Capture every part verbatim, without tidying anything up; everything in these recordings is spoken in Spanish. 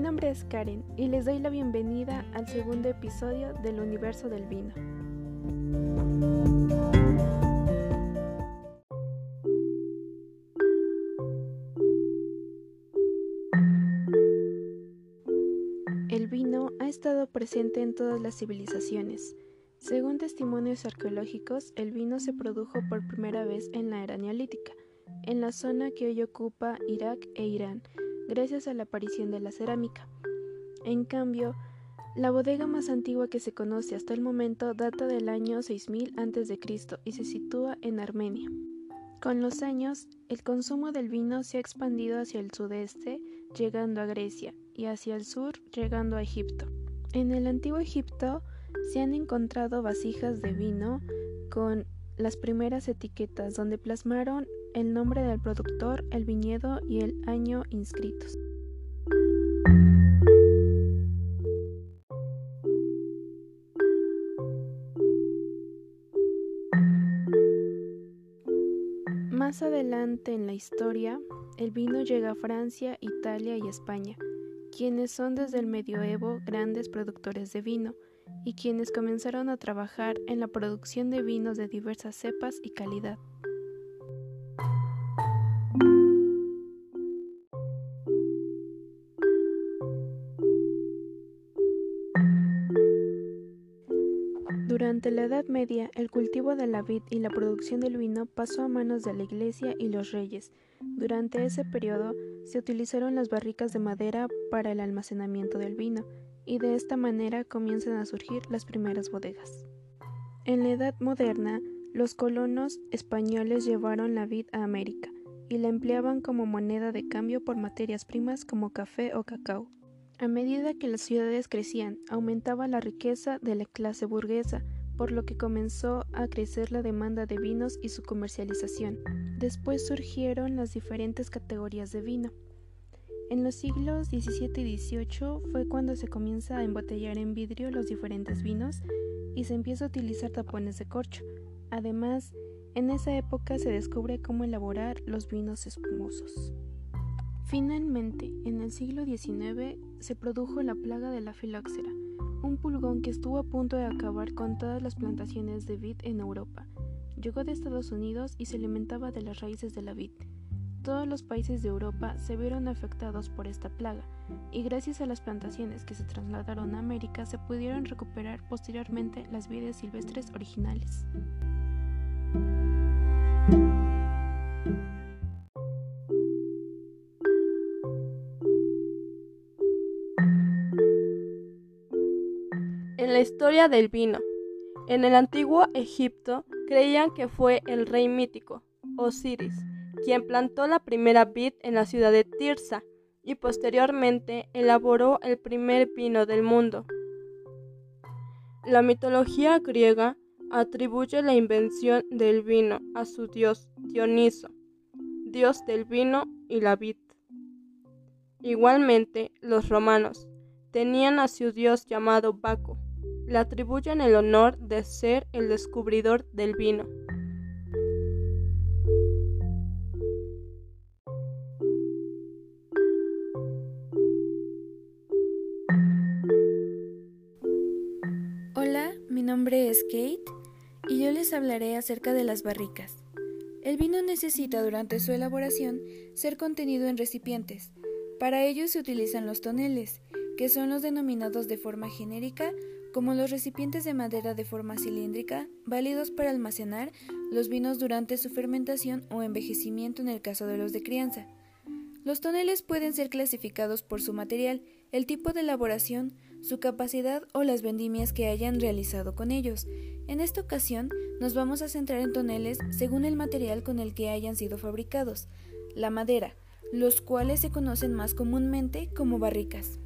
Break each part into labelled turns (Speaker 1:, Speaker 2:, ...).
Speaker 1: nombre es Karen y les doy la bienvenida al segundo episodio del Universo del Vino. El vino ha estado presente en todas las civilizaciones. Según testimonios arqueológicos, el vino se produjo por primera vez en la era neolítica, en la zona que hoy ocupa Irak e Irán, gracias a la aparición de la cerámica. En cambio, la bodega más antigua que se conoce hasta el momento data del año seis mil antes de Cristo y se sitúa en Armenia. Con los años, el consumo del vino se ha expandido hacia el sudeste, llegando a Grecia, y hacia el sur, llegando a Egipto. En el antiguo Egipto se han encontrado vasijas de vino con las primeras etiquetas donde plasmaron el nombre del productor, el viñedo y el año inscritos. Más adelante en la historia, el vino llega a Francia, Italia y España, quienes son desde el medioevo grandes productores de vino y quienes comenzaron a trabajar en la producción de vinos de diversas cepas y calidad. Durante la Edad Media, el cultivo de la vid y la producción del vino pasó a manos de la Iglesia y los reyes. Durante ese periodo, se utilizaron las barricas de madera para el almacenamiento del vino, y de esta manera comienzan a surgir las primeras bodegas. En la Edad Moderna, los colonos españoles llevaron la vid a América, y la empleaban como moneda de cambio por materias primas como café o cacao. A medida que las ciudades crecían, aumentaba la riqueza de la clase burguesa, por lo que comenzó a crecer la demanda de vinos y su comercialización. Después surgieron las diferentes categorías de vino. En los siglos diecisiete y dieciocho fue cuando se comienza a embotellar en vidrio los diferentes vinos y se empieza a utilizar tapones de corcho. Además, en esa época se descubre cómo elaborar los vinos espumosos. Finalmente, en el siglo diecinueve se produjo la plaga de la filoxera, un pulgón que estuvo a punto de acabar con todas las plantaciones de vid en Europa. Llegó de Estados Unidos y se alimentaba de las raíces de la vid. Todos los países de Europa se vieron afectados por esta plaga, y gracias a las plantaciones que se trasladaron a América se pudieron recuperar posteriormente las vides silvestres originales.
Speaker 2: En la historia del vino, en el antiguo Egipto creían que fue el rey mítico, Osiris, quien plantó la primera vid en la ciudad de Tirsa y posteriormente elaboró el primer vino del mundo. La mitología griega atribuye la invención del vino a su dios Dioniso, dios del vino y la vid. Igualmente, los romanos tenían a su dios llamado Baco. Le atribuyen el honor de ser el descubridor del vino.
Speaker 3: Hola, mi nombre es Kate y yo les hablaré acerca de las barricas. El vino necesita durante su elaboración ser contenido en recipientes. Para ello se utilizan los toneles, que son los denominados de forma genérica como los recipientes de madera de forma cilíndrica, válidos para almacenar los vinos durante su fermentación o envejecimiento en el caso de los de crianza. Los toneles pueden ser clasificados por su material, el tipo de elaboración, su capacidad o las vendimias que hayan realizado con ellos. En esta ocasión nos vamos a centrar en toneles según el material con el que hayan sido fabricados, la madera, los cuales se conocen más comúnmente como barricas.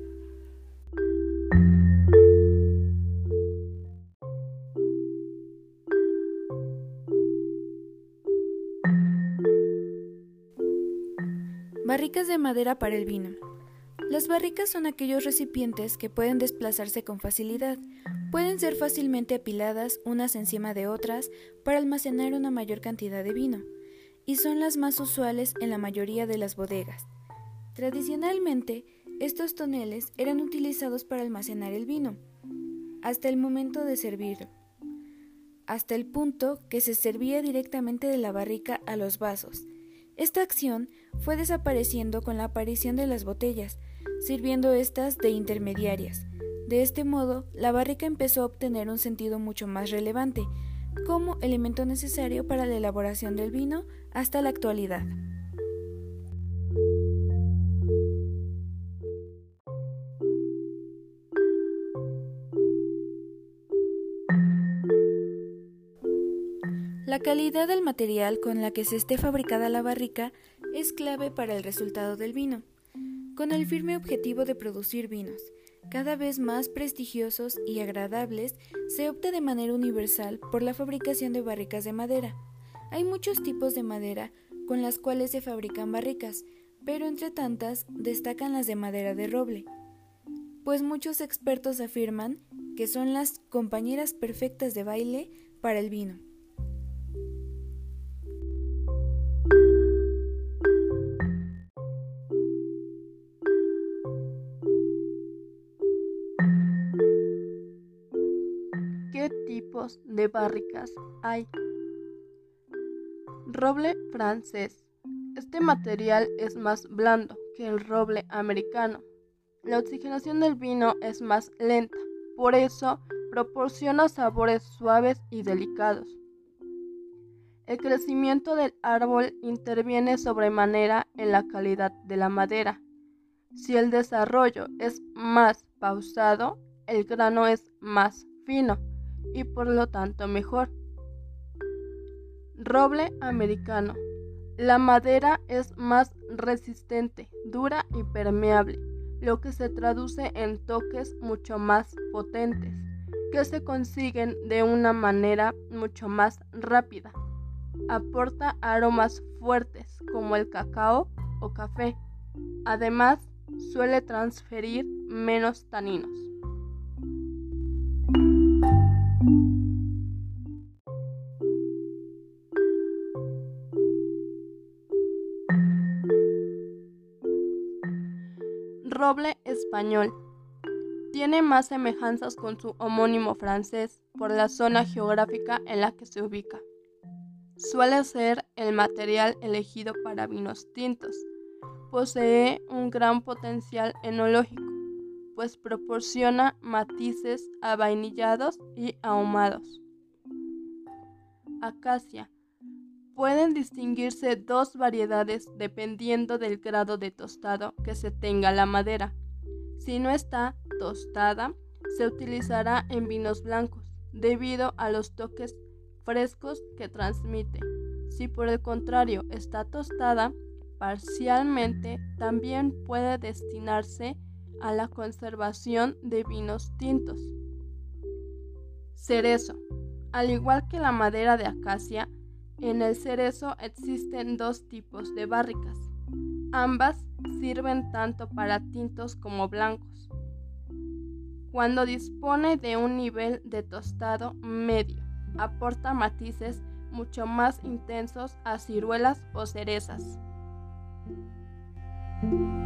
Speaker 3: Barricas de madera para el vino. Las barricas son aquellos recipientes que pueden desplazarse con facilidad. Pueden ser fácilmente apiladas unas encima de otras para almacenar una mayor cantidad de vino, y son las más usuales en la mayoría de las bodegas. Tradicionalmente, Estos toneles eran utilizados para almacenar el vino, hasta el momento de servirlo, hasta el punto que se servía directamente de la barrica a los vasos. Esta acción fue desapareciendo con la aparición de las botellas, sirviendo estas de intermediarias. De este modo, la barrica empezó a obtener un sentido mucho más relevante, como elemento necesario para la elaboración del vino hasta la actualidad. La calidad del material con la que se esté fabricada la barrica es clave para el resultado del vino, con el firme objetivo de producir vinos cada vez más prestigiosos y agradables. Se opta de manera universal por la fabricación de barricas de madera. Hay muchos tipos de madera con las cuales se fabrican barricas, pero entre tantas destacan las de madera de roble, pues muchos expertos afirman que son las compañeras perfectas de baile para el vino.
Speaker 2: ¿Qué tipos de barricas hay? Roble francés. Este material es más blando que el roble americano. La oxigenación del vino es más lenta, por eso proporciona sabores suaves y delicados. El crecimiento del árbol interviene sobremanera en la calidad de la madera. Si el desarrollo es más pausado, el grano es más fino y por lo tanto mejor. Roble americano. La madera es más resistente, dura y permeable, lo que se traduce en toques mucho más potentes, que se consiguen de una manera mucho más rápida. Aporta aromas fuertes como el cacao o café. Además, suele transferir menos taninos. Roble español. Tiene más semejanzas con su homónimo francés por la zona geográfica en la que se ubica. Suele ser el material elegido para vinos tintos. Posee un gran potencial enológico, pues proporciona matices avainillados y ahumados. Acacia. Pueden distinguirse dos variedades dependiendo del grado de tostado que se tenga la madera. Si no está tostada, se utilizará en vinos blancos, debido a los toques frescos que transmite. Si por el contrario está tostada parcialmente, también puede destinarse a la conservación de vinos tintos. Cerezo. Al igual que la madera de acacia, en el cerezo existen dos tipos de barricas. Ambas sirven tanto para tintos como blancos. Cuando dispone de un nivel de tostado medio, aporta matices mucho más intensos a ciruelas o cerezas.